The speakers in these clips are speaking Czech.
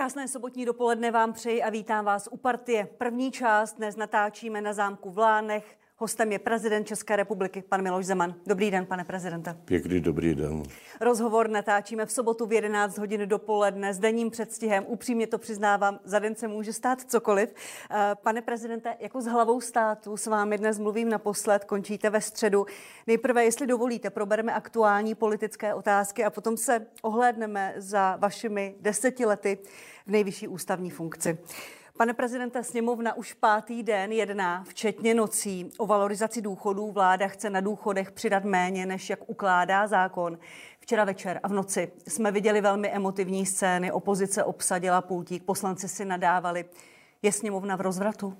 Krásné sobotní dopoledne vám přeji a vítám vás u Partie. První část dnes natáčíme na zámku v Lánech. Hostem je prezident České republiky, pan Miloš Zeman. Dobrý den, pane prezidente. Pěkný dobrý den. Rozhovor natáčíme v sobotu v 11 hodin dopoledne s denním předstihem. Upřímně to přiznávám, za den se může stát cokoliv. Pane prezidente, jako s hlavou státu s vámi dnes mluvím naposled, končíte ve středu. Nejprve, jestli dovolíte, probereme aktuální politické otázky a potom se ohlédneme za vašimi 10 lety v nejvyšší ústavní funkci. Pane prezidente, sněmovna už 5. den jedná, včetně nocí, o valorizaci důchodů. Vláda chce na důchodech přidat méně, než jak ukládá zákon. Včera večer a v noci jsme viděli velmi emotivní scény. Opozice obsadila pultík, poslanci si nadávali. Je sněmovna v rozvratu?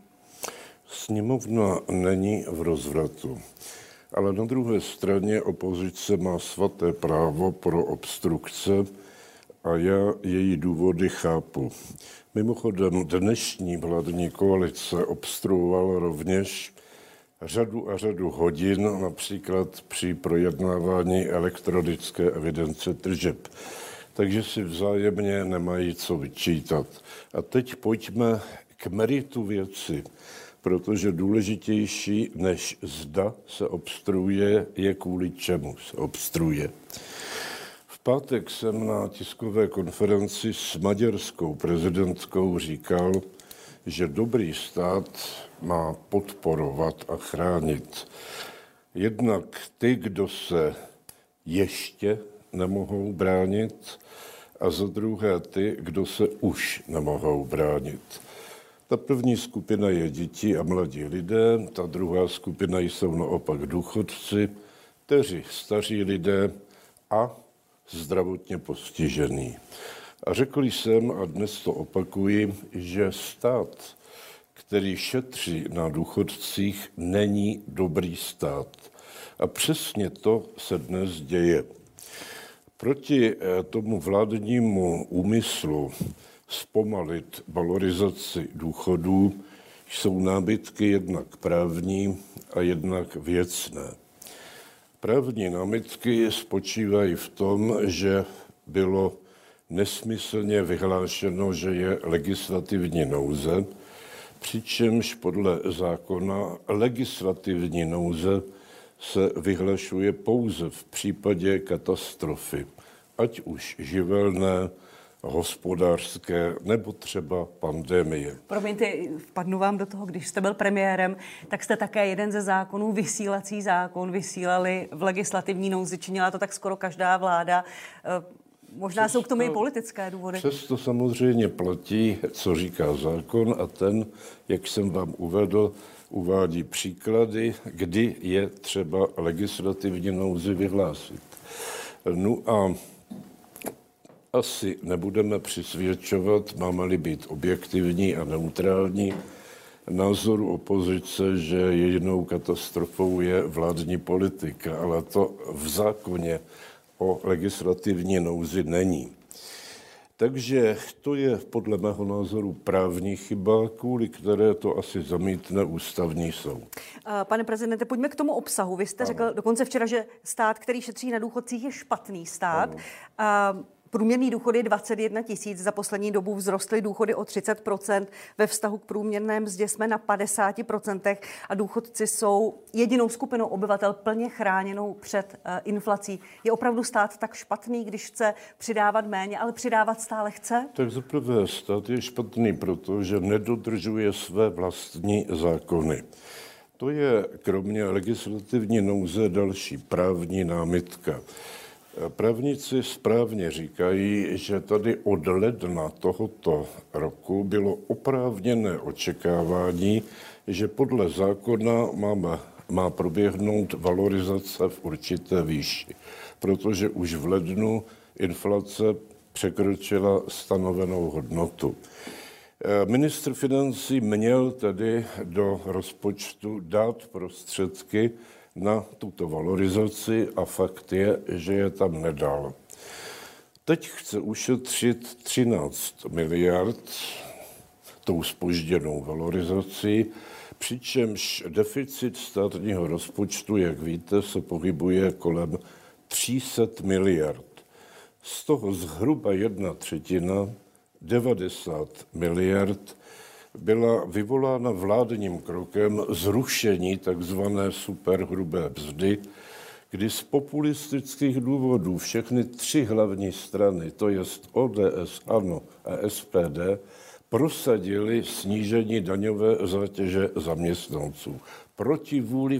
Sněmovna není v rozvratu. Ale na druhé straně opozice má svaté právo pro obstrukce a já její důvody chápu. Mimochodem, dnešní vládní koalice obstruovala rovněž řadu hodin, například při projednávání elektronické evidence tržeb. Takže si vzájemně nemají co vyčítat. A teď pojďme k meritu věci, protože důležitější než zda se obstruuje, je kvůli čemu se obstruuje. V pátek jsem na tiskové konferenci s maďarskou prezidentkou říkal, že dobrý stát má podporovat a chránit jednak ty, kdo se ještě nemohou bránit, a za druhé ty, kdo se už nemohou bránit. Ta první skupina je děti a mladí lidé, ta druhá skupina jsou naopak důchodci, kteří staří lidé a zdravotně postižený. A řekl jsem, a dnes to opakuji, že stát, který šetří na důchodcích, není dobrý stát. A přesně to se dnes děje. Proti tomu vládnímu úmyslu zpomalit valorizaci důchodů jsou námitky jednak právní a jednak věcné. Právní námitky spočívají v tom, že bylo nesmyslně vyhlášeno, že je legislativní nouze, přičemž podle zákona legislativní nouze se vyhlašuje pouze v případě katastrofy, ať už živelné, hospodářské nebo třeba pandemie. Promiňte, vpadnu vám do toho, když jste byl premiérem, tak jste také jeden ze zákonů, vysílací zákon, vysílali v legislativní nouzi, činila to tak skoro každá vláda. Možná jsou k tomu i politické důvody. Přesto samozřejmě platí, co říká zákon, a ten, jak jsem vám uvedl, uvádí příklady, kdy je třeba legislativní nouzi vyhlásit. No a asi nebudeme přisvědčovat, máme-li být objektivní a neutrální, názoru opozice, že jedinou katastrofou je vládní politika, ale to v zákoně o legislativní nouzi není. Takže to je podle mého názoru právní chyba, kvůli které to asi zamítne ústavní soud. Pane prezidente, pojďme k tomu obsahu. Vy jste řekl dokonce včera, že stát, který šetří na důchodcích, je špatný stát. Průměrný důchod je 21 000, za poslední dobu vzrostly důchody o 30%, ve vztahu k průměrné mzdě jsme na 50% a důchodci jsou jedinou skupinou obyvatel plně chráněnou před inflací. Je opravdu stát tak špatný, když chce přidávat méně, ale přidávat stále chce? Tak zaprvé stát je špatný, protože nedodržuje své vlastní zákony. To je kromě legislativní nouze další právní námitka. Právníci správně říkají, že tady od ledna tohoto roku bylo oprávněné očekávání, že podle zákona má proběhnout valorizace v určité výši, protože už v lednu inflace překročila stanovenou hodnotu. Ministr financí měl tedy do rozpočtu dát prostředky na tuto valorizaci a fakt je, že je tam nedal. Teď chce ušetřit 13 miliard tou zpožděnou valorizací, přičemž deficit státního rozpočtu, jak víte, se pohybuje kolem 300 miliard. Z toho zhruba 1/3 90 miliard byla vyvolána vládním krokem zrušení takzvané superhrubé mzdy, kdy z populistických důvodů všechny tři hlavní strany, to jest ODS, ANO a SPD, prosadili snížení daňové zátěže zaměstnanců. Proti vůli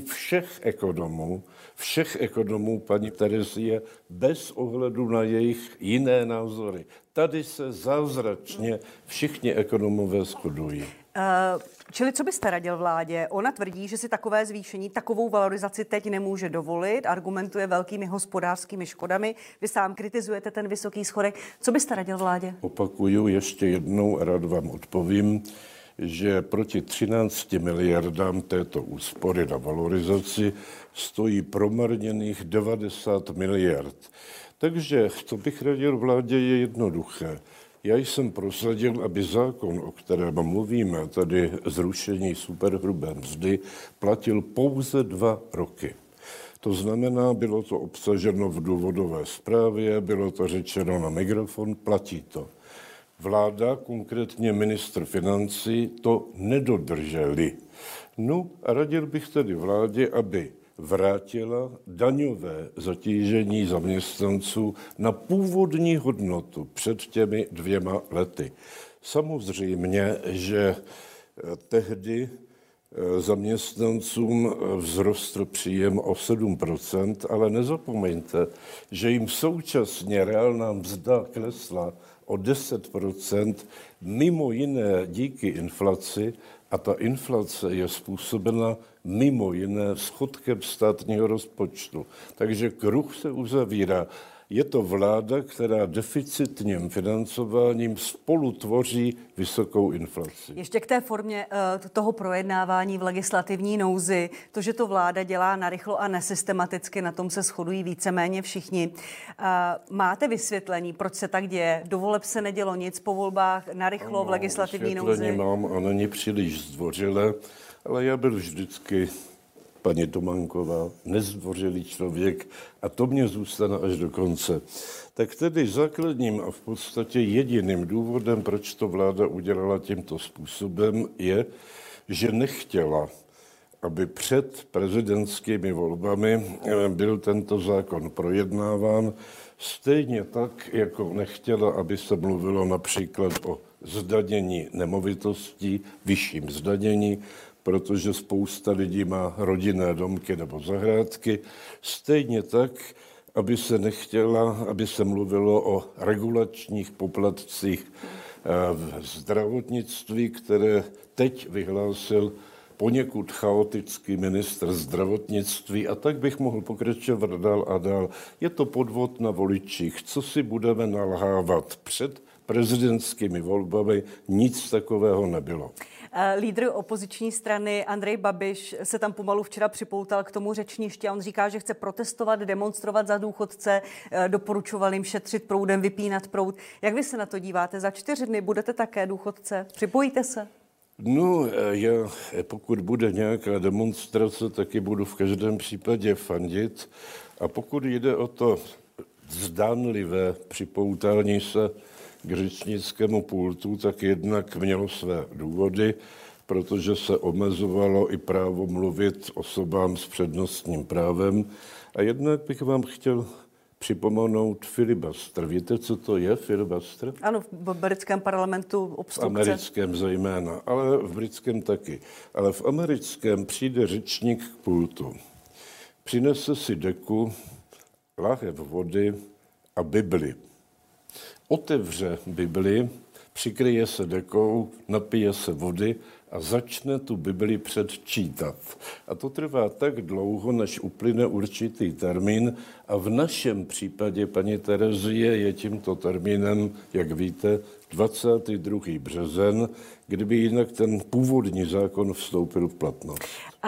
všech ekonomů, paní Terezie, bez ohledu na jejich jiné názory. Tady se zázračně všichni ekonomové shodují. Čili co byste radil vládě? Ona tvrdí, že si takové zvýšení, takovou valorizaci teď nemůže dovolit, argumentuje velkými hospodářskými škodami. Vy sám kritizujete ten vysoký schodek. Co byste radil vládě? Opakuju ještě jednou a rád vám odpovím, že proti 13 miliardám této úspory na valorizaci stojí promarněných 90 miliard. Takže co bych radil vládě je jednoduché. Já jsem prosadil, aby zákon, o kterém mluvíme, tedy zrušení superhrubé mzdy, platil pouze 2 roky. To znamená, bylo to obsaženo v důvodové zprávě, bylo to řečeno na mikrofon, platí to. Vláda, konkrétně ministr financí, to nedodrželi. No a radil bych tedy vládě, aby vrátila daňové zatížení zaměstnanců na původní hodnotu před těmi 2 lety. Samozřejmě, že tehdy zaměstnancům vzrostl příjem o 7%, ale nezapomeňte, že jim současně reálná mzda klesla o 10%, mimo jiné díky inflaci, a ta inflace je způsobena mimo jiné schodkem státního rozpočtu. Takže kruh se uzavírá. Je to vláda, která deficitním financováním spolu tvoří vysokou inflaci. Ještě k té formě toho projednávání v legislativní nouzi, to, že to vláda dělá narychlo a nesystematicky, na tom se shodují víceméně všichni. Máte vysvětlení, proč se tak děje? Do voleb se nedělo nic, po volbách narychlo v legislativní nouzi? Vysvětlení mám a není příliš zdvořilé, ale já byl vždycky, paní Tománková, nezdvořilý člověk a to mě zůstane až do konce. Tak tedy základním a v podstatě jediným důvodem, proč to vláda udělala tímto způsobem, je, že nechtěla, aby před prezidentskými volbami byl tento zákon projednáván, stejně tak, jako nechtěla, aby se mluvilo například o zdanění nemovitostí, vyšším zdanění, protože spousta lidí má rodinné domky nebo zahrádky. Stejně tak, aby se nechtěla, aby se mluvilo o regulačních poplatcích v zdravotnictví, které teď vyhlásil poněkud chaotický ministr zdravotnictví a tak bych mohl pokračovat dál a dál. Je to podvod na voličích. Co si budeme nalhávat? Před prezidentskými volbami nic takového nebylo. Lídr opoziční strany Andrej Babiš se tam pomalu včera připoutal k tomu řečništi a on říká, že chce protestovat, demonstrovat za důchodce, doporučoval jim šetřit proudem, vypínat proud. Jak vy se na to díváte? Za 4 dny budete také důchodce? Připojíte se? No, já, pokud bude nějaká demonstrace, taky budu v každém případě fandit. A pokud jde o to zdánlivé připoutání se k řečnickému pultu, tak jednak mělo své důvody, protože se omezovalo i právo mluvit osobám s přednostním právem. A jednak bych vám chtěl připomenout filibastr. Víte, co to je filibastr? Ano, v britském parlamentu obstrukce. V americkém zejména, ale v britském taky. Ale v americkém přijde řečník k pultu. Přinese si deku, láhev vody a Bibli. Otevře Bibli, přikryje se dekou, napije se vody a začne tu Bibli předčítat. A to trvá tak dlouho, než uplyne určitý termín a v našem případě paní Terezie je tímto termínem, jak víte, 22. březen, kdyby jinak ten původní zákon vstoupil v platnost.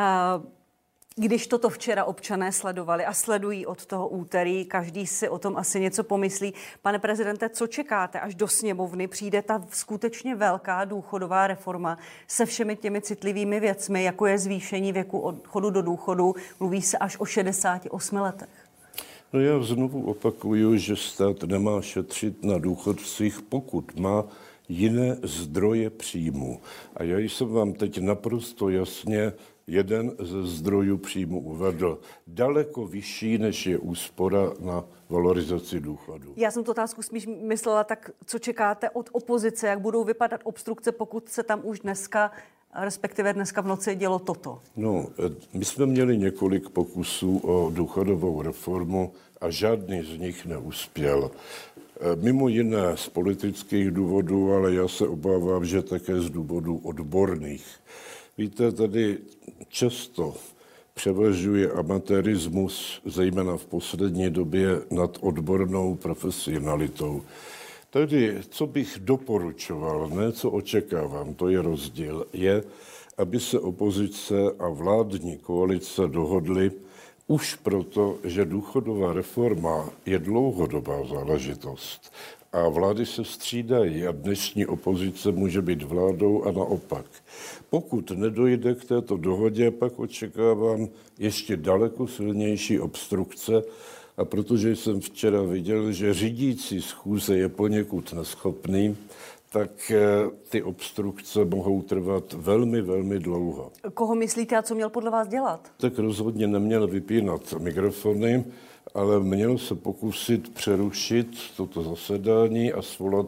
Když toto včera občané sledovali a sledují od toho úterý, každý si o tom asi něco pomyslí. Pane prezidente, co čekáte, až do sněmovny přijde ta skutečně velká důchodová reforma se všemi těmi citlivými věcmi, jako je zvýšení věku odchodu do důchodu, mluví se až o 68 letech? No já znovu opakuju, že stát nemá šetřit na důchodcích, pokud má jiné zdroje příjmu. A já jsem vám teď naprosto jasně jeden ze zdrojů příjmu uvedl. Daleko vyšší, než je úspora na valorizaci důchodu. Já jsem tu otázku spíš myslela, tak co čekáte od opozice, jak budou vypadat obstrukce, pokud se tam už dneska, respektive dneska v noci dělo toto? No, my jsme měli několik pokusů o důchodovou reformu a žádný z nich neuspěl. Mimo jiné z politických důvodů, ale já se obávám, že také z důvodů odborných. Víte, tady často převažuje amatérismus, zejména v poslední době, nad odbornou profesionalitou. Tady, co bych doporučoval, ne co očekávám, to je rozdíl, je, aby se opozice a vládní koalice dohodly už proto, že důchodová reforma je dlouhodobá záležitost a vlády se střídají a dnešní opozice může být vládou a naopak. Pokud nedojde k této dohodě, pak očekávám ještě daleko silnější obstrukce, a protože jsem včera viděl, že řídící schůze je poněkud neschopný, tak ty obstrukce mohou trvat velmi, velmi dlouho. Koho myslíte a co měl podle vás dělat? Tak rozhodně neměl vypínat mikrofony, ale měl se pokusit přerušit toto zasedání a svolat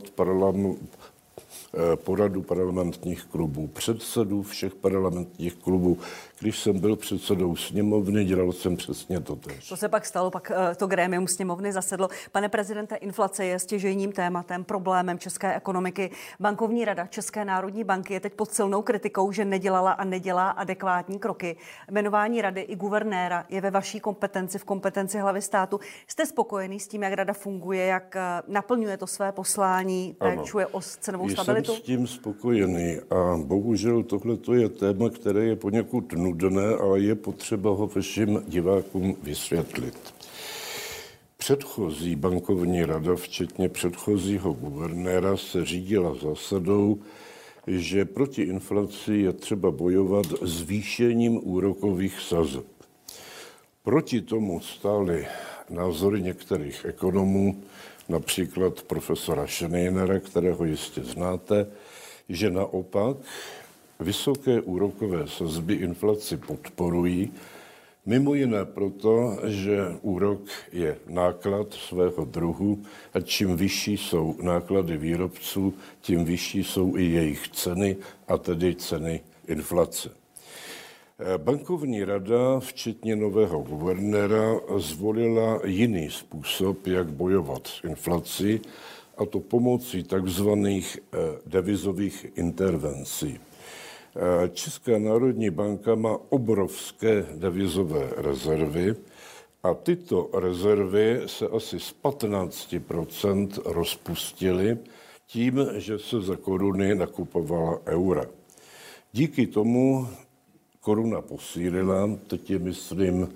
poradu parlamentních klubů, předsedů všech parlamentních klubů. Když jsem byl předsedou sněmovny, dělal jsem přesně totéž. To se pak stalo, pak to grémium sněmovny zasedlo. Pane prezidente, inflace je stěžejním tématem, problémem české ekonomiky. Bankovní rada České národní banky je teď pod silnou kritikou, že nedělala a nedělá adekvátní kroky. Jmenování rady i guvernéra je ve vaší kompetenci, v kompetenci hlavy státu. Jste spokojený s tím, jak rada funguje, jak naplňuje to své poslání, péčuje o cenovou stabilitu? Jsem s tím spokojený a bohužel tohle je téma, které je poněkud nudné, ale je potřeba ho všem divákům vysvětlit. Předchozí bankovní rada, včetně předchozího guvernéra, se řídila zásadou, že proti inflaci je třeba bojovat zvýšením úrokových sazeb. Proti tomu stály názory některých ekonomů, například profesora Schneinera, kterého jistě znáte, že naopak vysoké úrokové sazby inflaci podporují, mimo jiné proto, že úrok je náklad svého druhu a čím vyšší jsou náklady výrobců, tím vyšší jsou i jejich ceny, a tedy ceny inflace. Bankovní rada, včetně nového guvernéra, zvolila jiný způsob, jak bojovat s inflací, a to pomocí takzvaných devizových intervencí. Česká národní banka má obrovské devizové rezervy a tyto rezervy se asi z 15% rozpustily tím, že se za koruny nakupovala eura. Díky tomu koruna posílila, teď je myslím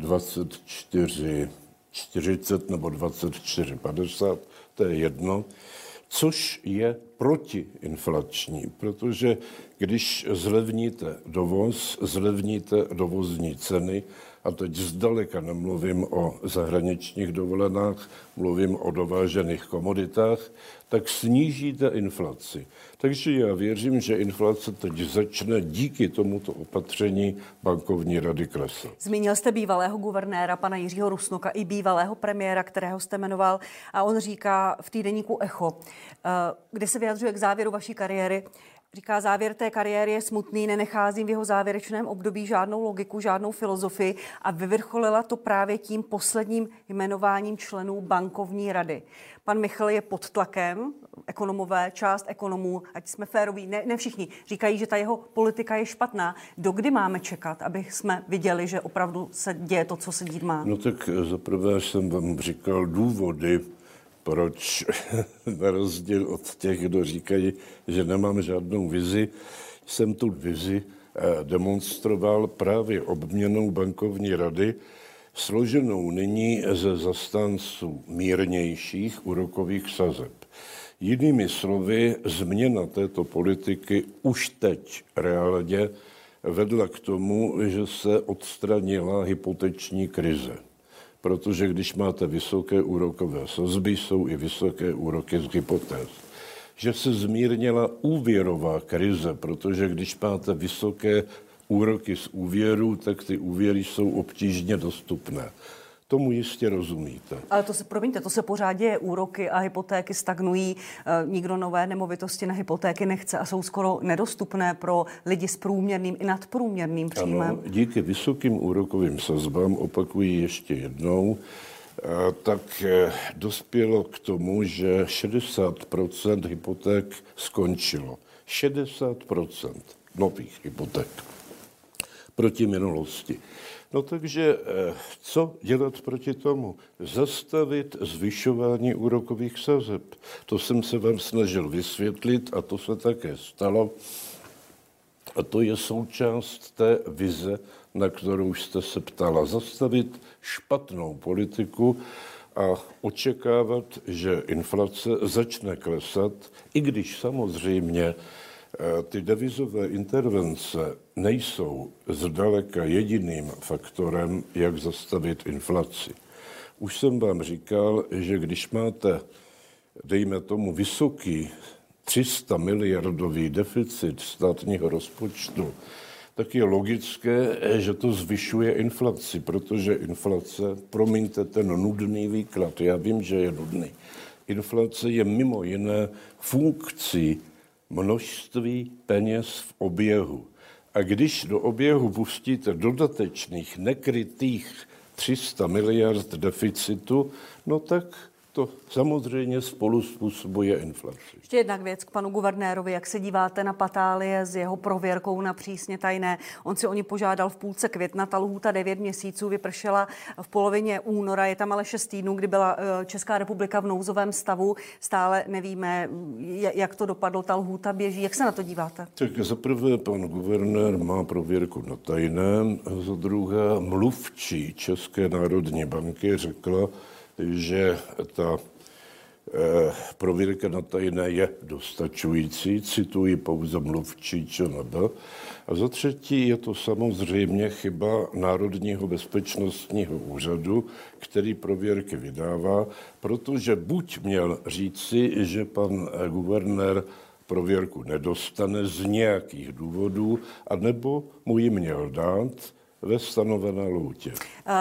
24,40 nebo 24,50, to je jedno, což je protiinflační, protože když zlevníte dovoz, zlevníte dovozní ceny, a teď zdaleka nemluvím o zahraničních dovolenách, mluvím o dovážených komoditách, tak snížíte inflaci. Takže já věřím, že inflace teď začne díky tomuto opatření bankovní rady klesat. Zmínil jste bývalého guvernéra, pana Jiřího Rusnoka, i bývalého premiéra, kterého jste jmenoval, a on říká v týdeníku Echo, kde se vyjadřuje k závěru vaší kariéry, říká, závěr té kariéry je smutný, nenecházím v jeho závěrečném období žádnou logiku, žádnou filozofii a vyvrcholila to právě tím posledním jmenováním členů bankovní rady. Pan Michl je pod tlakem, ekonomové, část ekonomů, ať jsme féroví, ne všichni, říkají, že ta jeho politika je špatná. Dokdy máme čekat, aby jsme viděli, že opravdu se děje to, co se dít má? No tak zaprvé jsem vám říkal důvody, proč na rozdíl od těch, kdo říkají, že nemám žádnou vizi, jsem tu vizi demonstroval právě obměnou bankovní rady, složenou nyní ze zastánců mírnějších úrokových sazeb. Jinými slovy, změna této politiky už teď reálně vedla k tomu, že se odstranila hypoteční krize. Protože když máte vysoké úrokové sazby, jsou i vysoké úroky z hypoték. že se zmírnila úvěrová krize, protože když máte vysoké úroky z úvěru, tak ty úvěry jsou obtížně dostupné. Tomu jistě rozumíte. Ale to se pořád děje, úroky a hypotéky stagnují, nikdo nové nemovitosti na hypotéky nechce a jsou skoro nedostupné pro lidi s průměrným i nadprůměrným příjmem. Ano, díky vysokým úrokovým sazbám, opakuji ještě jednou, tak dospělo k tomu, že 60% hypoték skončilo. 60% nových hypoték proti minulosti. No takže co dělat proti tomu? Zastavit zvyšování úrokových sazeb. To jsem se vám snažil vysvětlit a to se také stalo. A to je součást té vize, na kterou jste se ptala. Zastavit špatnou politiku a očekávat, že inflace začne klesat, i když samozřejmě ty devizové intervence nejsou zdaleka jediným faktorem, jak zastavit inflaci. Už jsem vám říkal, že když máte, dejme tomu, vysoký 300 miliardový deficit státního rozpočtu, tak je logické, že to zvyšuje inflaci, protože inflace, promiňte ten nudný výklad, já vím, že je nudný, inflace je mimo jiné funkcí množství peněz v oběhu. A když do oběhu pustíte dodatečných nekrytých 300 miliard deficitu, no tak to samozřejmě spolu způsobuje inflaci. Ještě jedna věc k panu guvernérovi. Jak se díváte na patálie s jeho prověrkou na přísně tajné? On si o ní požádal v půlce května, ta lhůta 9 měsíců vypršela v polovině února. Je tam ale 6 týdnů, kdy byla Česká republika v nouzovém stavu. Stále nevíme, jak to dopadlo, ta lhůta běží. Jak se na to díváte? Tak zaprvé pan guvernér má prověrku na tajném, za druhé mluvčí České národní banky řekla, že ta prověrka na tajné je dostačující, cituji pouze mluvčí ČNB. A za třetí je to samozřejmě chyba Národního bezpečnostního úřadu, který prověrky vydává, protože buď měl říci, že pan guvernér prověrku nedostane z nějakých důvodů, anebo mu ji měl dát ve stanovené lhůtě.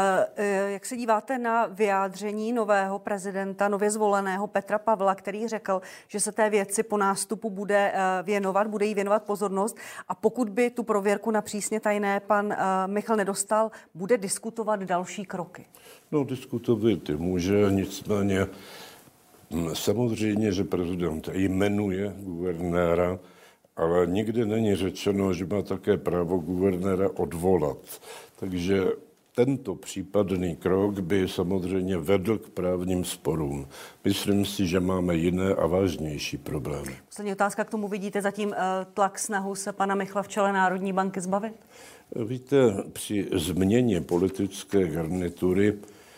Jak se díváte na vyjádření nového prezidenta, nově zvoleného Petra Pavla, který řekl, že se té věci po nástupu bude jí věnovat pozornost a pokud by tu prověrku na přísně tajné pan Michal nedostal, bude diskutovat další kroky? No, diskutovat může, nicméně samozřejmě, že prezident jmenuje guvernéra, ale nikdy není řečeno, že má také právo guvernéra odvolat. Takže tento případný krok by samozřejmě vedl k právním sporům. Myslím si, že máme jiné a vážnější problémy. Poslední otázka k tomu. Vidíte zatím tlak, snahu se pana Michla v čele Národní banky zbavit? Víte, při změně politické garnitury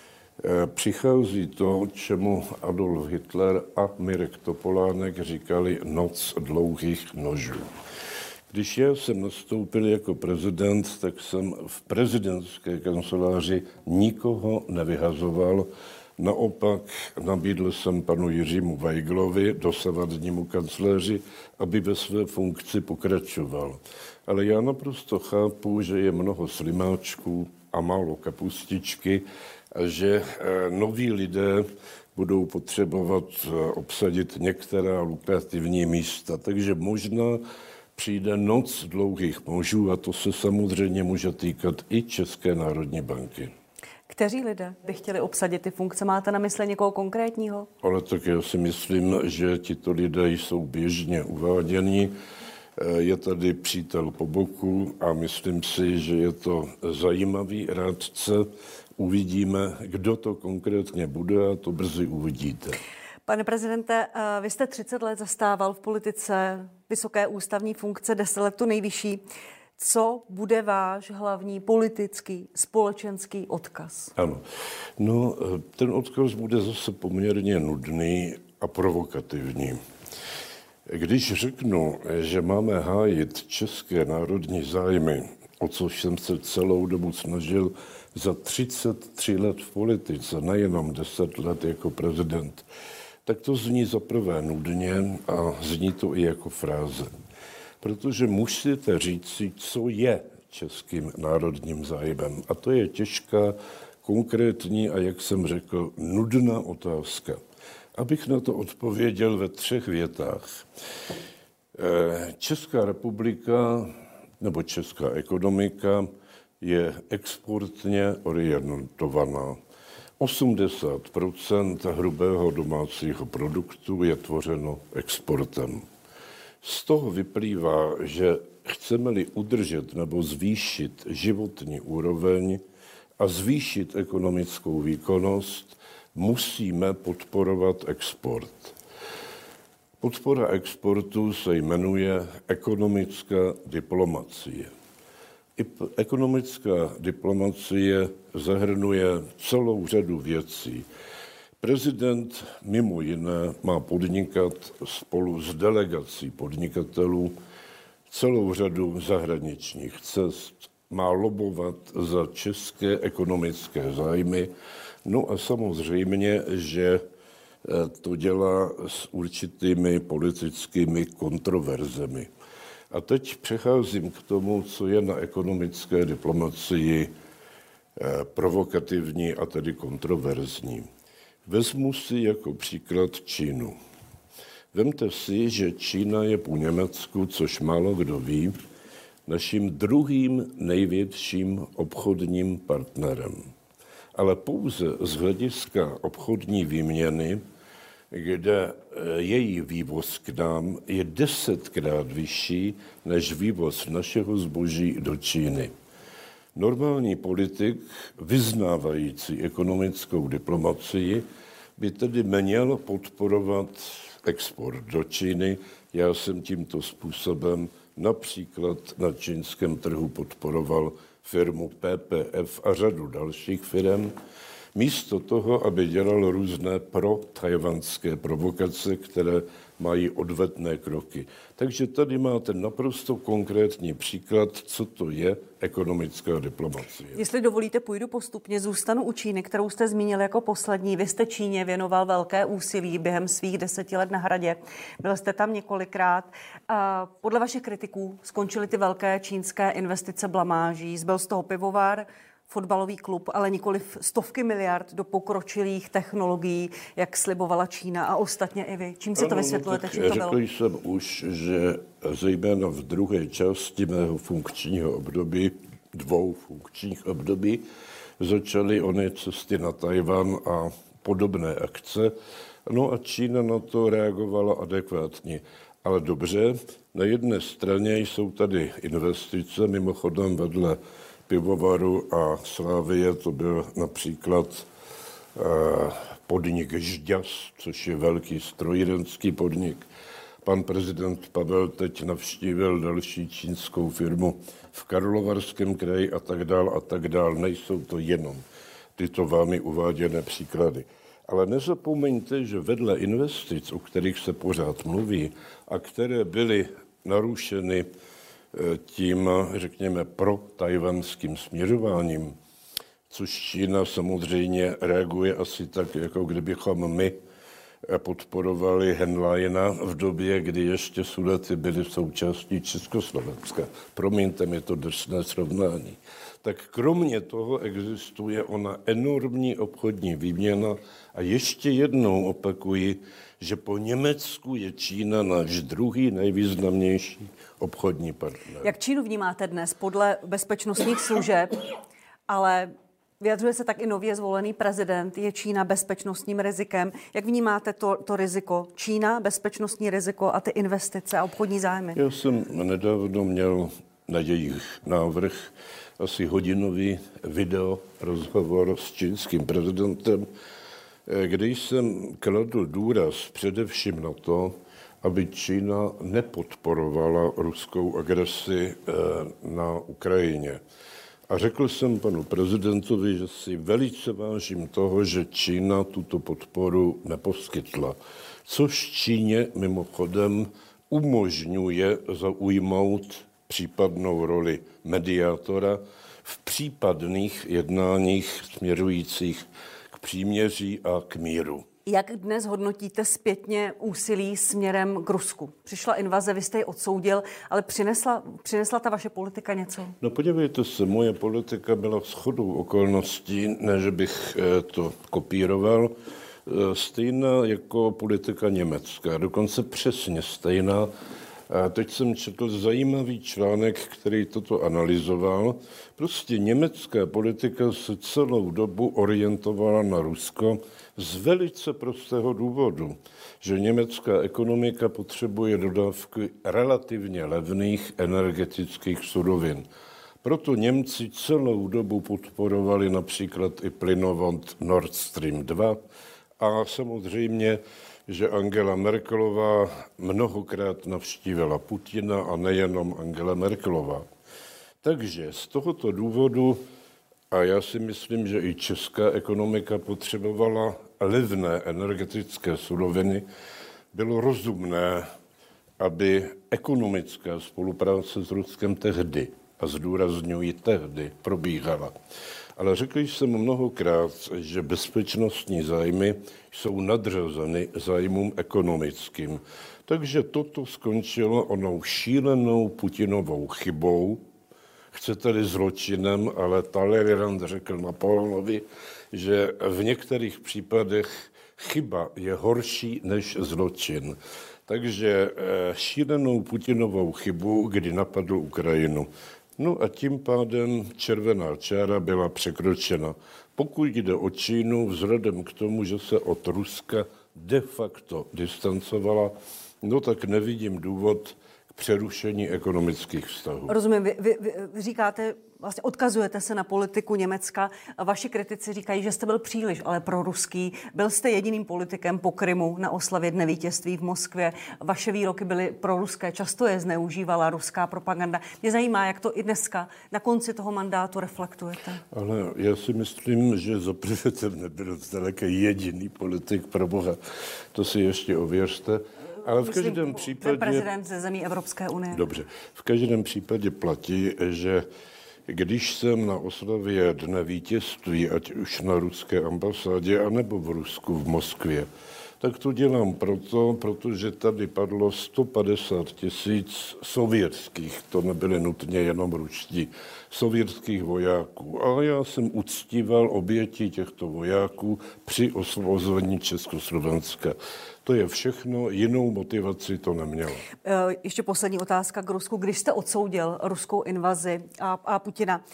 přichází to, čemu Adolf Hitler a Mirek Topolánek říkali noc dlouhých nožů. Když já jsem nastoupil jako prezident, tak jsem v prezidentské kanceláři nikoho nevyhazoval. Naopak nabídl jsem panu Jiřímu Weiglovi, dosavadnímu kancléři, aby ve své funkci pokračoval. Ale já naprosto chápu, že je mnoho slimáčků a málo kapustičky, a že noví lidé budou potřebovat obsadit některá lukrativní místa. Takže možná přijde noc dlouhých mužů a to se samozřejmě může týkat i České národní banky. Kteří lidé by chtěli obsadit ty funkce? Máte na mysli někoho konkrétního? Ale tak já si myslím, že tito lidé jsou běžně uváděni. Je tady přítel po boku a myslím si, že je to zajímavý rádce. Uvidíme, kdo to konkrétně bude a to brzy uvidíte. Pane prezidente, vy jste 30 let zastával v politice vysoké ústavní funkce, 10 let tu nejvyšší. Co bude váš hlavní politický, společenský odkaz? Ano, no ten odkaz bude zase poměrně nudný a provokativní. Když řeknu, že máme hájit české národní zájmy, o což jsem se celou dobu snažil za 33 let v politice, nejenom 10 let jako prezident, tak to zní zaprvé nudně a zní to i jako fráze. Protože musíte říci, co je českým národním zájmem. A to je těžká, konkrétní a, jak jsem řekl, nudná otázka. Abych na to odpověděl ve 3 větách. Česká republika nebo česká ekonomika je exportně orientovaná. 80% hrubého domácího produktu je tvořeno exportem. Z toho vyplývá, že chceme-li udržet nebo zvýšit životní úroveň a zvýšit ekonomickou výkonnost, musíme podporovat export. Podpora exportu se jmenuje ekonomická diplomacie. Ekonomická diplomacie zahrnuje celou řadu věcí. Prezident mimo jiné má podnikat spolu s delegací podnikatelů celou řadu zahraničních cest, má lobovat za české ekonomické zájmy, no a samozřejmě, že to dělá s určitými politickými kontroverzemi. A teď přecházím k tomu, co je na ekonomické diplomacii provokativní a tedy kontroverzní. Vezmu si jako příklad Čínu. Vemte si, že Čína je po Německu, což málo kdo ví, naším druhým největším obchodním partnerem. Ale pouze z hlediska obchodní výměny, kde její vývoz k nám je 10krát vyšší než vývoz našeho zboží do Číny. Normální politik, vyznávající ekonomickou diplomacii, by tedy měl podporovat export do Číny. Já jsem tímto způsobem například na čínském trhu podporoval firmu PPF a řadu dalších firem, místo toho, aby dělal různé pro-tajvanské provokace, které mají odvetné kroky. Takže tady máte naprosto konkrétní příklad, co to je ekonomická diplomacie. Jestli dovolíte, půjdu postupně, zůstanu u Číny, kterou jste zmínil jako poslední. Vy jste Číně věnoval velké úsilí během svých 10 let na Hradě. Byl jste tam několikrát. Podle vašich kritiků skončily ty velké čínské investice blamáží. Zbyl z toho pivovar, fotbalový klub, ale nikoliv stovky miliard do pokročilých technologií, jak slibovala Čína a ostatně i vy. Čím si to vysvětlujete? Čím to bylo? Řekl jsem už, že zejména v druhé části mého funkčního období, 2 funkčních období, začaly ony cesty na Tajvan a podobné akce. No a Čína na to reagovala adekvátně. Ale dobře, na jedné straně jsou tady investice, mimochodem vedle pivovaru a Slávie, to byl například podnik Žďas, což je velký strojírenský podnik. Pan prezident Pavel teď navštívil další čínskou firmu v Karlovarském kraji a tak dál. Nejsou to jenom tyto vámi uváděné příklady. Ale nezapomeňte, že vedle investic, o kterých se pořád mluví a které byly narušeny tím, řekněme, pro-tajvanským směřováním, což Čína samozřejmě reaguje asi tak, jako kdybychom my podporovali Henleina v době, kdy ještě Sudety byly součástí Československa. Promiňte mi to drsné srovnání. Tak kromě toho existuje ona enormní obchodní výměna a ještě jednou opakuji, že po Německu je Čína náš druhý nejvýznamnější obchodní partner. Jak Čínu vnímáte dnes podle bezpečnostních služeb, ale vyjadřuje se tak i nově zvolený prezident, je Čína bezpečnostním rizikem. Jak vnímáte to riziko? Čína, bezpečnostní riziko a ty investice a obchodní zájmy? Já jsem nedávno měl na jejich návrh asi hodinový video rozhovor s čínským prezidentem, kde jsem kladl důraz především na to, aby Čína nepodporovala ruskou agresi na Ukrajině. A řekl jsem panu prezidentovi, že si velice vážím toho, že Čína tuto podporu neposkytla, což Číně mimochodem umožňuje zaujmout případnou roli mediátora v případných jednáních směřujících k příměří a k míru. Jak dnes hodnotíte zpětně úsilí směrem k Rusku? Přišla invaze, vy jste ji odsoudil, ale přinesla ta vaše politika něco? No podívejte se, moje politika byla shodou okolností, ne že bych to kopíroval, stejná jako politika německá, dokonce přesně stejná. A teď jsem četl zajímavý článek, který toto analyzoval. Prostě německá politika se celou dobu orientovala na Rusko z velice prostého důvodu, že německá ekonomika potřebuje dodávky relativně levných energetických surovin. Proto Němci celou dobu podporovali například i plynovod Nord Stream 2 a samozřejmě, že Angela Merkelová mnohokrát navštívila Putina a nejenom Angela Merkelová. Takže z tohoto důvodu, a já si myslím, že i česká ekonomika potřebovala levné energetické suroviny, bylo rozumné, aby ekonomická spolupráce s Ruskem tehdy, a zdůrazňuji tehdy, probíhala. Ale řekl jsem mnohokrát, že bezpečnostní zájmy jsou nadřazeny zájmům ekonomickým. Takže toto skončilo onou šílenou Putinovou chybou, chcete-li zločinem, ale Talleyrand řekl Napoleonovi, že v některých případech chyba je horší než zločin. Takže šílenou Putinovou chybu, kdy napadl Ukrajinu. No a tím pádem červená čára byla překročena. Pokud jde o Čínu, vzhledem k tomu, že se od Ruska de facto distancovala, no tak nevidím důvod k přerušení ekonomických vztahů. Rozumím, vy říkáte, vlastně odkazujete se na politiku Německa. Vaši kritici říkají, že jste byl příliš, ale proruský. Byl jste jediným politikem po Krymu na oslavě Dne vítězství v Moskvě. Vaše výroky byly proruské, často je zneužívala ruská propaganda. Mě zajímá, jak to i dneska na konci toho mandátu reflektujete. Ale já si myslím, že zaprvé nebyl zdaleka jediný politik, pro boha. To si ještě ověřte. Ale v každém případě... Prezident ze zemí Evropské unie. Dobře. V každém případě platí, že když jsem na oslavě Dne vítězství, ať už na ruské ambasádě, anebo v Rusku, v Moskvě, tak to dělám protože tady padlo 150 000 sovětských, to nebyly nutně jenom ruští, sovětských vojáků. A já jsem uctíval oběti těchto vojáků při osvobození Československa. To je všechno, jinou motivaci to nemělo. Ještě poslední otázka k Rusku. Když jste odsoudil ruskou invazi a Putina,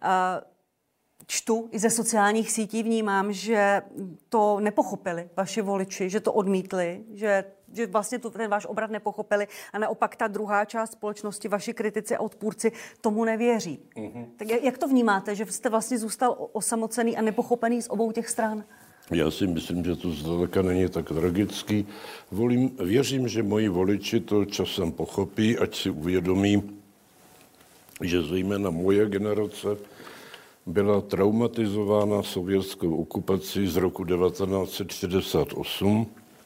čtu i ze sociálních sítí, vnímám, že to nepochopili vaši voliči, že to odmítli, že vlastně ten váš obrat nepochopili a naopak ta druhá část společnosti, vaši kritici a odpůrci tomu nevěří. Tak jak to vnímáte, že jste vlastně zůstal osamocený a nepochopený z obou těch stran? Já si myslím, že to zdaleka není tak tragický. Věřím, že moji voliči to časem pochopí, ať si uvědomí, že zejména moje generace byla traumatizována sovětskou okupací z roku 1968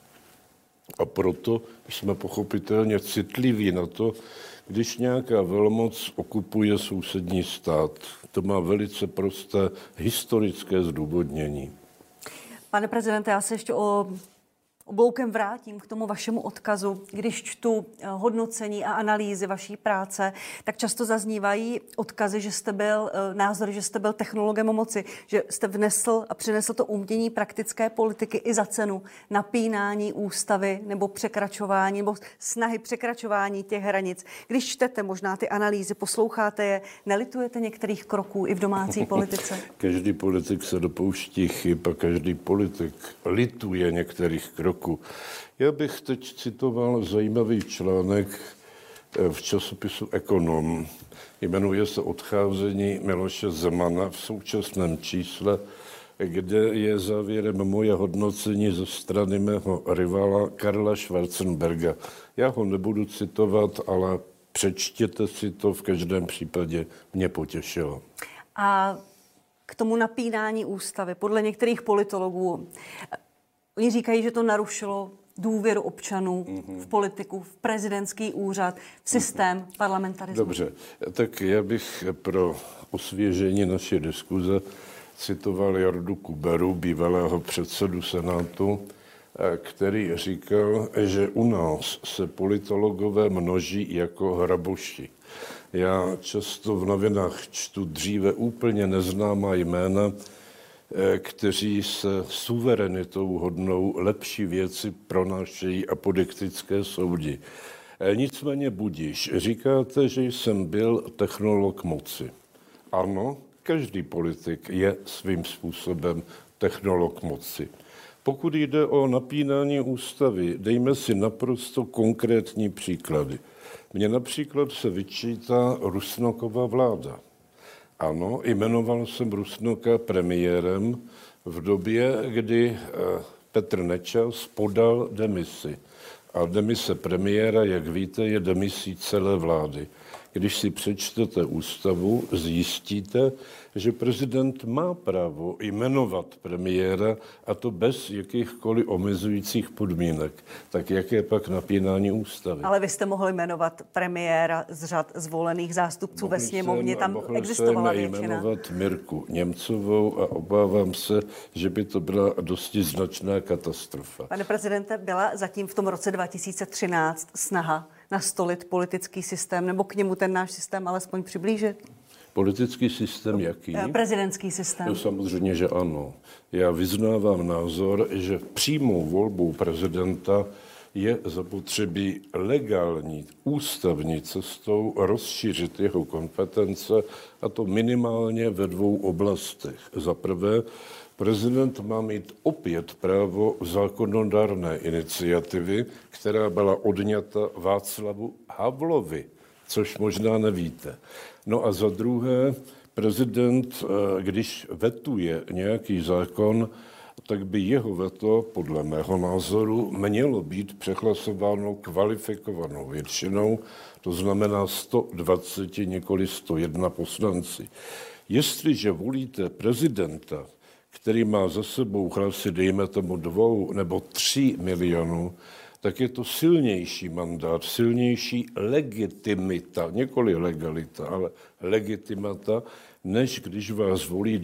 a proto jsme pochopitelně citliví na to, když nějaká velmoc okupuje sousední stát. To má velice prosté historické zdůvodnění. Pane prezidente, já se ještě obloukem vrátím k tomu vašemu odkazu. Když čtu hodnocení a analýzy vaší práce, tak často zaznívají odkazy, názory, že jste byl technologem moci, že jste vnesl a přinesl to umění praktické politiky i za cenu napínání ústavy nebo překračování, nebo snahy překračování těch hranic. Když čtete možná ty analýzy, posloucháte je, nelitujete některých kroků i v domácí politice? Každý politik se dopouští chyb a každý politik lituje některých kroků. Já bych teď citoval zajímavý článek v časopisu Ekonom. Jmenuje se Odcházení Miloše Zemana v současném čísle, kde je závěrem moje hodnocení ze strany mého rivala Karla Schwarzenberga. Já ho nebudu citovat, ale přečtěte si to, v každém případě mě potěšilo. A k tomu napínání ústavy, podle některých politologů, oni říkají, že to narušilo důvěru občanů v politiku, v prezidentský úřad, v systém parlamentarismu. Dobře, tak já bych pro osvěžení naší diskuze citoval Jardu Kuberu, bývalého předsedu Senátu, který říkal, že u nás se politologové množí jako hraboši. Já často v novinách čtu dříve úplně neznámá jména, kteří se suverenitou hodnou lepší věci pronášejí apodiktické soudy. Nicméně budiš. Říkáte, že jsem byl technolog moci. Ano, každý politik je svým způsobem technolog moci. Pokud jde o napínání ústavy, dejme si naprosto konkrétní příklady. Mně například se vyčítá Rusnokova vláda. Ano, jmenoval jsem Rusnoka premiérem v době, kdy Petr Nečas podal demisi. A demise premiéra, jak víte, je demisí celé vlády. Když si přečtete ústavu, zjistíte, že prezident má právo jmenovat premiéra, a to bez jakýchkoliv omezujících podmínek. Tak jaké pak napínání ústavy? Ale vy jste mohli jmenovat premiéra z řad zvolených zástupců ve sněmovně, tam existovala většina. Mohl jsem jmenovat Mirku Němcovou a obávám se, že by to byla dosti značná katastrofa. Pane prezidente, byla zatím v tom roce 2013 snaha nastolit politický systém, nebo k němu ten náš systém alespoň přiblížit? Politický systém jaký? Prezidentský systém. No, samozřejmě, že ano. Já vyznávám názor, že přímou volbou prezidenta je zapotřebí legální, ústavní cestou rozšířit jeho kompetence, a to minimálně ve dvou oblastech. Za prvé, prezident má mít opět právo zákonodárné iniciativy, která byla odňata Václavu Havlovi, což možná nevíte. No a za druhé, prezident, když vetuje nějaký zákon, tak by jeho veto, podle mého názoru, mělo být přehlasováno kvalifikovanou většinou, to znamená 120, nikoli 101 poslanci. Jestliže volíte prezidenta, který má za sebou hlasy, dejme tomu 2 nebo 3 milionů, tak je to silnější mandát, silnější legitimita, nikoli legalita, ale legitimata, než když vás volí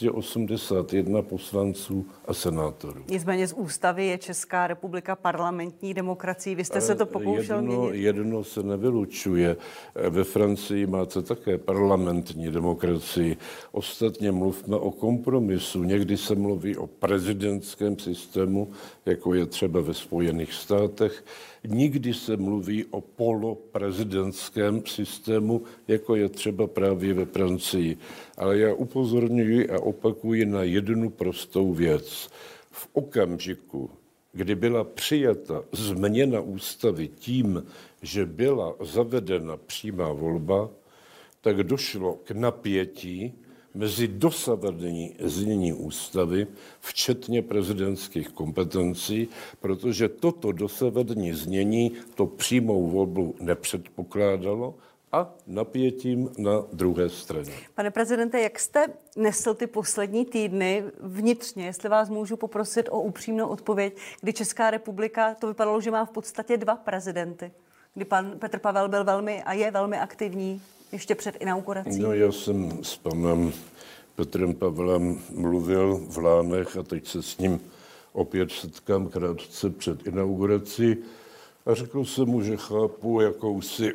281 poslanců a senátorů. Nicméně z ústavy je Česká republika parlamentní demokracií. Vy jste se to pokoušel měnit? Jedno se nevylučuje. Ve Francii máte také parlamentní demokracii. Ostatně mluvme o kompromisu. Někdy se mluví o prezidentském systému, jako je třeba ve Spojených státech. Nikdy se mluví o poloprezidentském systému, jako je třeba právě ve Francii. Ale já upozorňuji a opakuji na jednu prostou věc. V okamžiku, kdy byla přijata změna ústavy tím, že byla zavedena přímá volba, tak došlo k napětí mezi dosavadní znění ústavy, včetně prezidentských kompetencí, protože toto dosavadní znění to přímou volbu nepředpokládalo, a napětím na druhé straně. Pane prezidente, jak jste nesl ty poslední týdny vnitřně, jestli vás můžu poprosit o upřímnou odpověď, kdy Česká republika, to vypadalo, že má v podstatě 2 prezidenty, kdy pan Petr Pavel byl velmi a je velmi aktivní ještě před inaugurací? No, já jsem s panem Petrem Pavlem mluvil v Lánech a teď se s ním opět setkám krátce před inaugurací. A řekl jsem mu, že chápu jakousi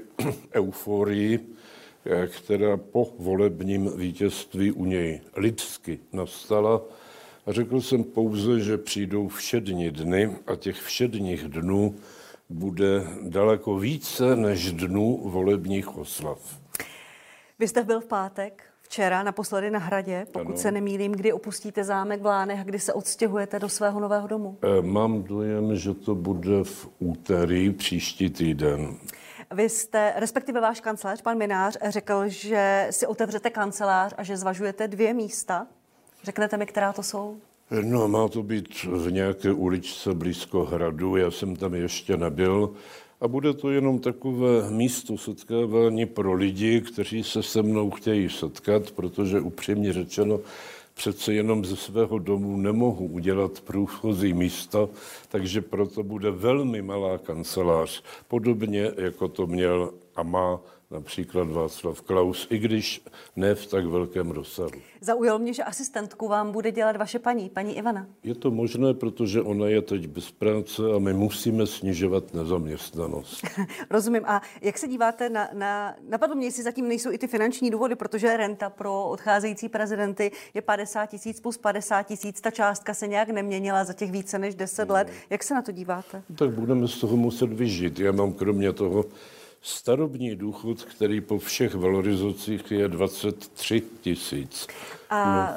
euforii, která po volebním vítězství u něj lidsky nastala. A řekl jsem pouze, že přijdou všední dny a těch všedních dnů bude daleko více než dnů volebních oslav. Vy jste byl v pátek, včera, naposledy na Hradě, pokud se nemýlím, kdy opustíte zámek v Lánech a kdy se odstěhujete do svého nového domu? Mám dojem, že to bude v úterý příští týden. Vy jste, respektive váš kancelář, pan Mynář, řekl, že si otevřete kancelář a že zvažujete 2 místa. Řeknete mi, která to jsou? No, má to být v nějaké uličce blízko Hradu, já jsem tam ještě nebyl. A bude to jenom takové místo setkávání pro lidi, kteří se se mnou chtějí setkat, protože upřímně řečeno přece jenom ze svého domu nemohu udělat průchozí místo, takže proto bude velmi malá kancelář, podobně jako to měl a má například Václav Klaus, i když ne v tak velkém rozsahu. Zaujalo mě, že asistentku vám bude dělat vaše paní Ivana. Je to možné, protože ona je teď bez práce a my musíme snižovat nezaměstnanost. Rozumím. A jak se díváte napadlo mě, jestli zatím nejsou i ty finanční důvody, protože renta pro odcházející prezidenty je 50 000 plus 50 000. Ta částka se nějak neměnila za těch více než 10 let. Jak se na to díváte? Tak budeme z toho muset vyžít. Já mám kromě toho starobní důchod, který po všech valorizacích je 23 000. A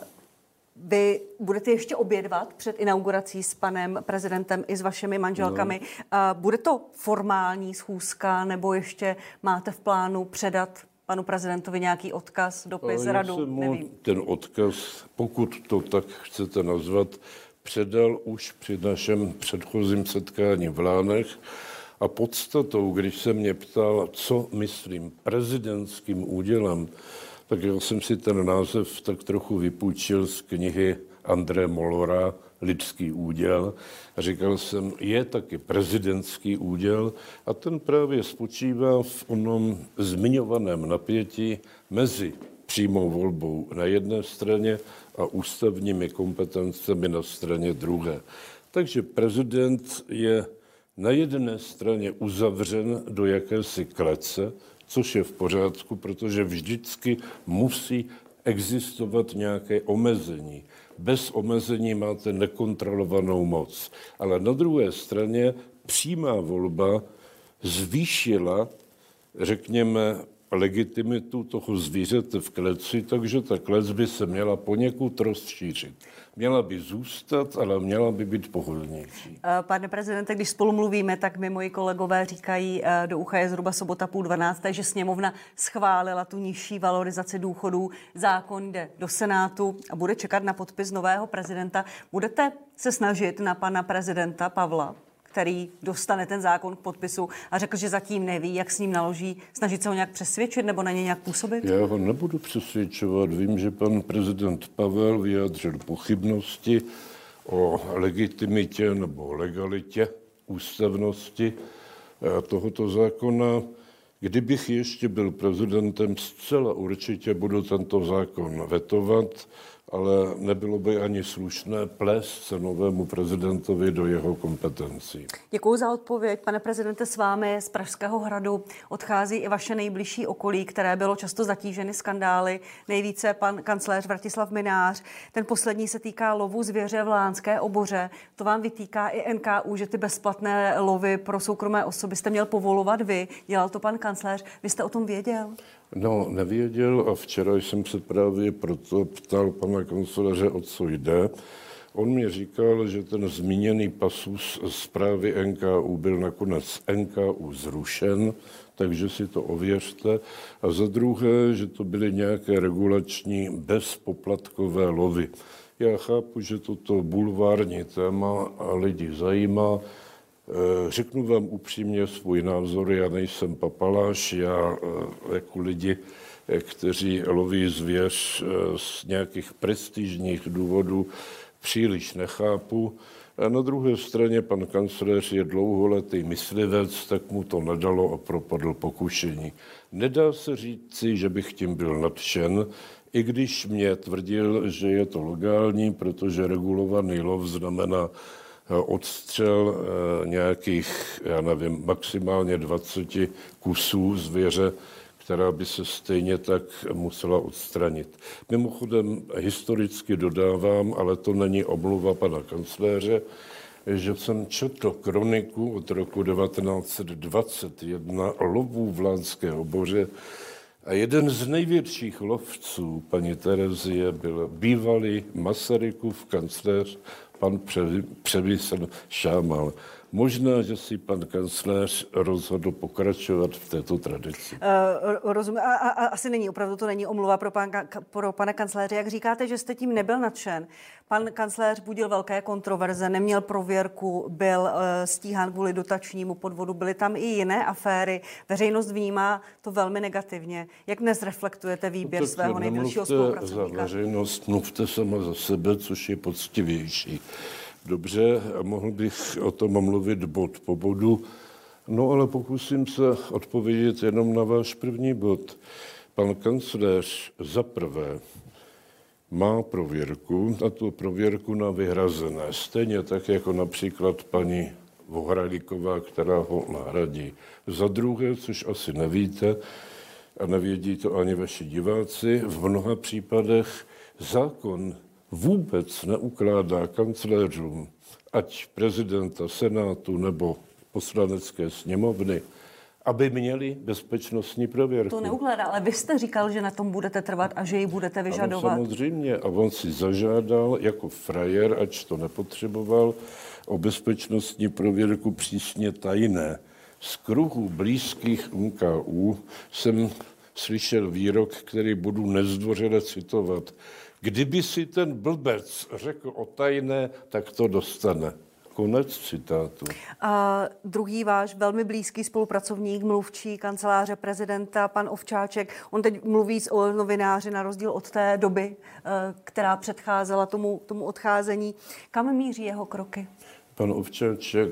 vy budete ještě obědvat před inaugurací s panem prezidentem i s vašimi manželkami. Bude to formální schůzka, nebo ještě máte v plánu předat panu prezidentovi nějaký odkaz, dopis, radu? Nevím. Ten odkaz, pokud to tak chcete nazvat, předal už při našem předchozím setkání v Lánech. A podstatou, když se mě ptal, co myslím prezidentským údělem, tak já jsem si ten název tak trochu vypůjčil z knihy André Mollora Lidský úděl. A říkal jsem, je taky prezidentský úděl a ten právě spočívá v onom zmiňovaném napětí mezi přímou volbou na jedné straně a ústavními kompetencemi na straně druhé. Takže prezident je na jedné straně uzavřen do jakési klece, což je v pořádku, protože vždycky musí existovat nějaké omezení. Bez omezení máte nekontrolovanou moc. Ale na druhé straně přímá volba zvýšila, řekněme, legitimitu toho zvířete v kleci, takže ta klec by se měla poněkud rozšířit. Měla by zůstat, ale měla by být pohodlnější. Pane prezidente, když spolu mluvíme, tak mi moji kolegové říkají, do ucha je zhruba sobota 11:30, že sněmovna schválila tu nižší valorizaci důchodů. Zákon jde do Senátu a bude čekat na podpis nového prezidenta. Budete se snažit na pana prezidenta Pavla, který dostane ten zákon k podpisu a řekl, že zatím neví, jak s ním naloží, snažit se ho nějak přesvědčit nebo na něj nějak působit? Já ho nebudu přesvědčovat. Vím, že pan prezident Pavel vyjádřil pochybnosti o legitimitě nebo legalitě ústavnosti tohoto zákona. Kdybych ještě byl prezidentem, zcela určitě budu tento zákon vetovat, ale nebylo by ani slušné plést se novému prezidentovi do jeho kompetencí. Děkuji za odpověď. Pane prezidente, s vámi z Pražského hradu odchází i vaše nejbližší okolí, které bylo často zatíženy skandály. Nejvíce pan kancléř Vratislav Mynář. Ten poslední se týká lovu zvěře v Lánské Oboře. To vám vytýká i NKÚ, že ty bezplatné lovy pro soukromé osoby jste měl povolovat vy. Dělal to pan kancléř. Vy jste o tom věděl? No, nevěděl a včera jsem se právě proto ptal pana kancléře, o co jde. On mi říkal, že ten zmíněný pasus zprávy NKÚ byl nakonec NKÚ zrušen, takže si to ověřte. A za druhé, že to byly nějaké regulační bezpoplatkové lovy. Já chápu, že toto bulvární téma a lidi zajímá. Řeknu vám upřímně svůj názor, já nejsem papaláš, já jako lidi, kteří loví zvěř z nějakých prestižních důvodů, příliš nechápu. A na druhé straně pan kancléř je dlouholetý myslivec, tak mu to nedalo a propadl pokušení. Nedá se říci, že bych tím byl nadšen, i když mě tvrdil, že je to legální, protože regulovaný lov znamená odstřel nějakých, já nevím, maximálně 20 kusů zvěře, která by se stejně tak musela odstranit. Mimochodem historicky dodávám, ale to není omluva pana kancléře, že jsem četl kroniku od roku 1921 lovů v Lánské Oboře a jeden z největších lovců, paní Terezie, byl bývalý Masarykův kancléř, pan Přemysl Šámal. Možná, že si pan kancléř rozhodl pokračovat v této tradici. Rozumím. A asi není, opravdu to není omluva pro pana kancléře. Jak říkáte, že jste tím nebyl nadšen? Pan kancléř budil velké kontroverze, neměl prověrku, byl stíhán kvůli dotačnímu podvodu, byly tam i jiné aféry. Veřejnost vnímá to velmi negativně. Jak dnes reflektujete výběr svého nejbližšího spolupracovníka? Za veřejnost, mluvte sama za sebe, což je poctivější. Dobře, a mohl bych o tom mluvit bod po bodu. No ale pokusím se odpovědět jenom na váš první bod. Pan kancléř za prvé má prověrku, a tu prověrku na vyhrazené. Stejně tak, jako například paní Vohralíková, která ho nahradí. Za druhé, což asi nevíte, a nevědí to ani vaši diváci, v mnoha případech zákon vůbec neukládá kancléřům, ať prezidenta, senátu nebo poslanecké sněmovny, aby měli bezpečnostní prověrku. To neukládá, ale vy jste říkal, že na tom budete trvat a že ji budete vyžadovat. Ano, samozřejmě. A on si zažádal jako frajer, ač to nepotřeboval, o bezpečnostní prověrku přísně tajné. Z kruhu blízkých NKÚ jsem slyšel výrok, který budu nezdvořile citovat. Kdyby si ten blbec řekl o tajné, tak to dostane. Konec citátu. A druhý váš velmi blízký spolupracovník, mluvčí kanceláře prezidenta, pan Ovčáček, on teď mluví o novináři na rozdíl od té doby, která předcházela tomu odcházení. Kam míří jeho kroky? Pan Ovčáček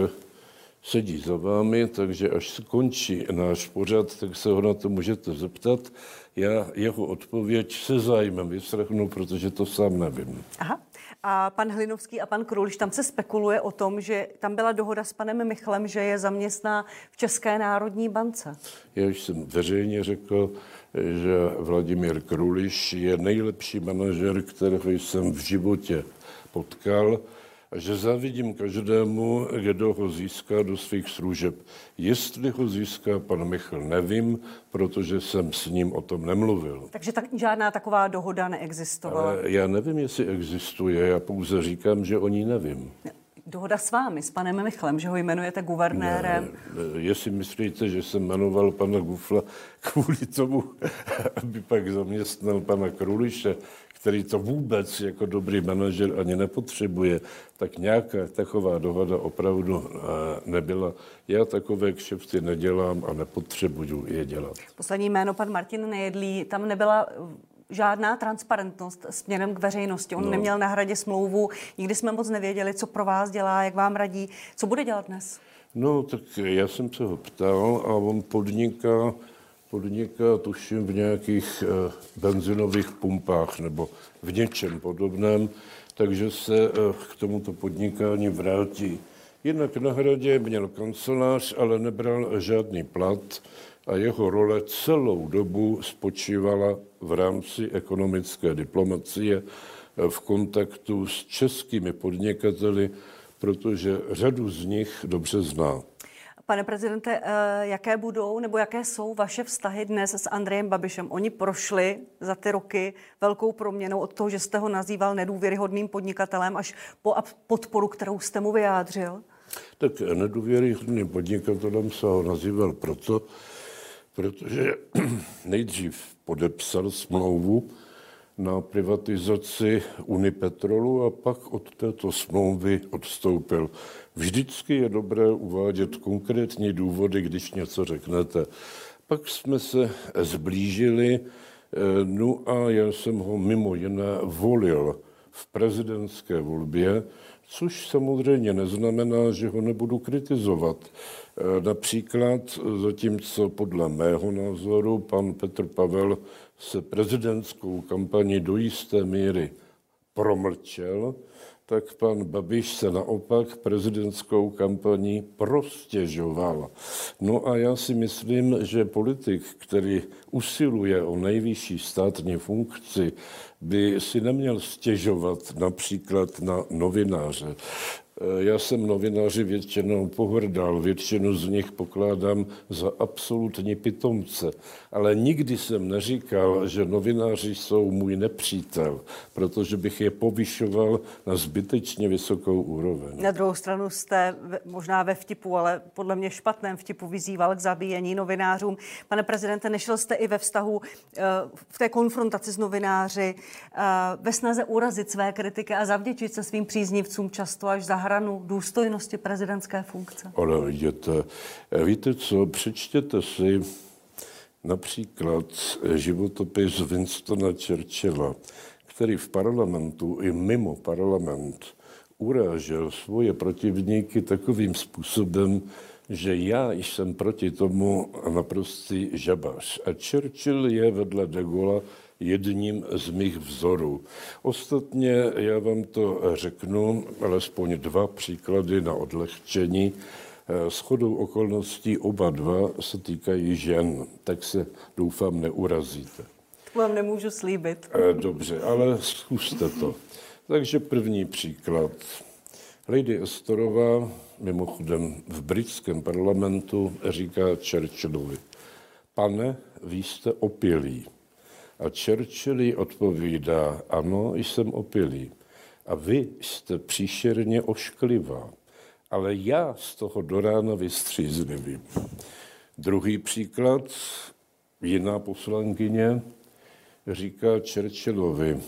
sedí za vámi, takže až skončí náš pořad, tak se ho na to můžete zeptat. Já jeho odpověď se zájmem vyslechnu, protože to sám nevím. Aha. A pan Hlinovský a pan Kruliš, tam se spekuluje o tom, že tam byla dohoda s panem Michlem, že je zaměstná v České národní bance. Já už jsem veřejně řekl, že Vladimír Kruliš je nejlepší manažer, kterého jsem v životě potkal, a že závidím každému, kdo ho získá do svých služeb. Jestli ho získá pan Michl, nevím, protože jsem s ním o tom nemluvil. Takže žádná taková dohoda neexistovala? Ale já nevím, jestli existuje, já pouze říkám, že o ní nevím. Dohoda s vámi, s panem Michlem, že ho jmenujete guvernérem? Ne, jestli myslíte, že jsem jmenoval pana Gufla kvůli tomu, aby pak zaměstnal pana Kruliše, který to vůbec jako dobrý manažer ani nepotřebuje, tak nějaká taková dohoda opravdu nebyla. Já takové kšefty nedělám a nepotřebuju je dělat. Poslední jméno, pan Martin Nejedlý, tam nebyla žádná transparentnost směrem k veřejnosti. On neměl na Hradě smlouvu, nikdy jsme moc nevěděli, co pro vás dělá, jak vám radí. Co bude dělat dnes? No, tak já jsem se ho ptal a on podniká tuším v nějakých benzinových pumpách nebo v něčem podobném, takže se k tomuto podnikání vrátí. Jinak na Hradě měl kancelář, ale nebral žádný plat a jeho role celou dobu spočívala v rámci ekonomické diplomacie v kontaktu s českými podnikateli, protože řadu z nich dobře zná. Pane prezidente, jaké budou nebo jaké jsou vaše vztahy dnes s Andrejem Babišem? Oni prošli za ty roky velkou proměnou od toho, že jste ho nazýval nedůvěryhodným podnikatelem, až po podporu, kterou jste mu vyjádřil? Tak nedůvěryhodným podnikatelem se ho nazýval protože nejdřív podepsal smlouvu na privatizaci Unipetrolu a pak od této smlouvy odstoupil. Vždycky je dobré uvádět konkrétní důvody, když něco řeknete. Pak jsme se zblížili, no a já jsem ho mimo jiné volil v prezidentské volbě, což samozřejmě neznamená, že ho nebudu kritizovat. Například, zatímco podle mého názoru pan Petr Pavel se prezidentskou kampaní do jisté míry promlčel, tak pan Babiš se naopak prezidentskou kampaní prostěžoval. No a já si myslím, že politik, který usiluje o nejvyšší státní funkci, by si neměl stěžovat například na novináře. Já jsem novináři většinou pohrdal, většinu z nich pokládám za absolutní pitomce, ale nikdy jsem neříkal, že novináři jsou můj nepřítel, protože bych je povyšoval na zbytečně vysokou úroveň. Na druhou stranu jste možná ve vtipu, ale podle mě špatném vtipu vyzýval k zabíjení novinářům. Pane prezidente, nešel jste i ve vztahu v té konfrontaci s novináři, ve snaze urazit své kritiky a zavděčit se svým příznivcům často až za hranu důstojnosti prezidentské funkce? Ale víte co, přečtěte si například životopis Winstona Churchilla, který v parlamentu i mimo parlament urážel svoje protivníky takovým způsobem, že já jsem proti tomu naprostý žabař. A Churchill je vedle de Gaulle jedním z mých vzorů. Ostatně já vám to řeknu, alespoň 2 příklady na odlehčení. Shodou okolností oba 2 se týkají žen, tak se doufám neurazíte. To vám nemůžu slíbit. Dobře, ale zkuste to. Takže první příklad. Lady Astorová, mimochodem v britském parlamentu, říká Churchillovi: pane, vy jste opilý. A Churchill jí odpovídá: ano, jsem opilý. A vy jste příšerně ošklivá. Ale já z toho do rána vystřízlivý. Druhý příklad, jiná poslankyně říká Churchillovi: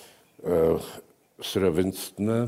Sir Winstone,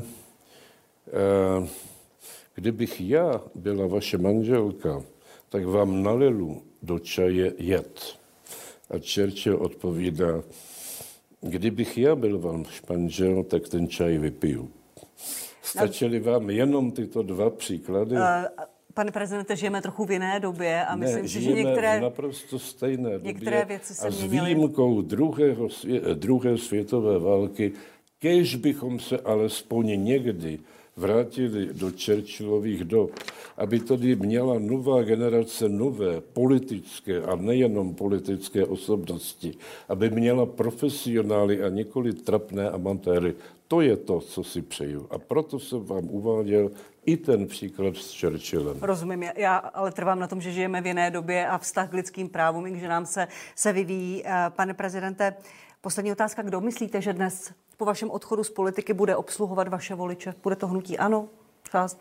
kdybych já byla vaše manželka, tak vám nalilu do čaje jed. A Churchill odpovídá: kdybych já byl váš manžel, tak ten čaj vypiju. Stačily vám jenom tyto 2 příklady? Pane prezidente, žijeme trochu v jiné době a myslím si, že některé v naprosto stejné době. Některé věci se měnily. A s výjimkou druhé světové války, kéž bychom se alespoň někdy vrátili do Churchillových dob, aby tady měla nová generace nové politické a nejenom politické osobnosti, aby měla profesionály a nikoli trapné amatéry. To je to, co si přeju. A proto jsem vám uváděl i ten příklad s Churchillem. Rozumím, já ale trvám na tom, že žijeme v jiné době a vztah k lidským právům, i že nám se vyvíjí. Pane prezidente, poslední otázka. Kdo myslíte, že dnes po vašem odchodu z politiky bude obsluhovat vaše voliče? Bude to hnutí ANO? Část?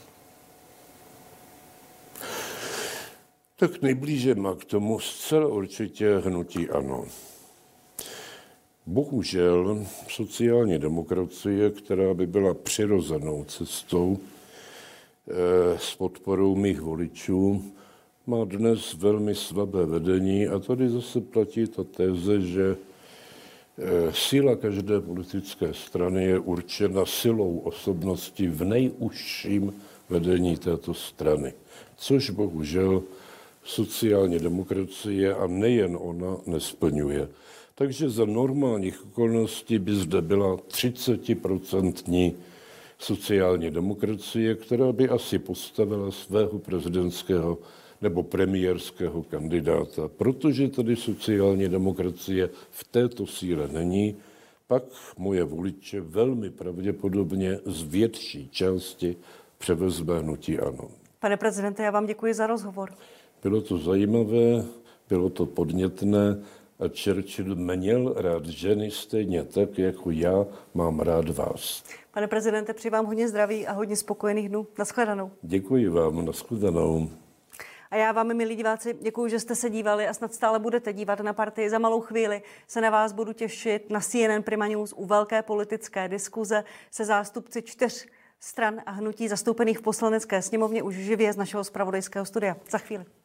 Tak nejblíže má k tomu zcela určitě hnutí ANO. Bohužel sociální demokracie, která by byla přirozenou cestou s podporou mých voličů, má dnes velmi slabé vedení a tady zase platí ta teze, že síla každé politické strany je určena silou osobnosti v nejužším vedení této strany, což bohužel sociální demokracie a nejen ona nesplňuje. Takže za normálních okolností by zde byla 30% sociální demokracie, která by asi postavila svého prezidentského nebo premiérského kandidáta. Protože tady sociální demokracie v této síle není, pak moje voliče velmi pravděpodobně z větší části převezme hnutí ANO. Pane prezidente, já vám děkuji za rozhovor. Bylo to zajímavé, bylo to podnětné a Churchill měl rád ženy stejně tak, jako já mám rád vás. Pane prezidente, přeji vám hodně zdraví a hodně spokojených dnů. Naschledanou. Děkuji vám, naschledanou. A já vám, milí diváci, děkuji, že jste se dívali a snad stále budete dívat na Partii. Za malou chvíli se na vás budu těšit na CNN Prima News u velké politické diskuze se zástupci 4 stran a hnutí zastoupených v Poslanecké sněmovně už živě z našeho zpravodajského studia. Za chvíli.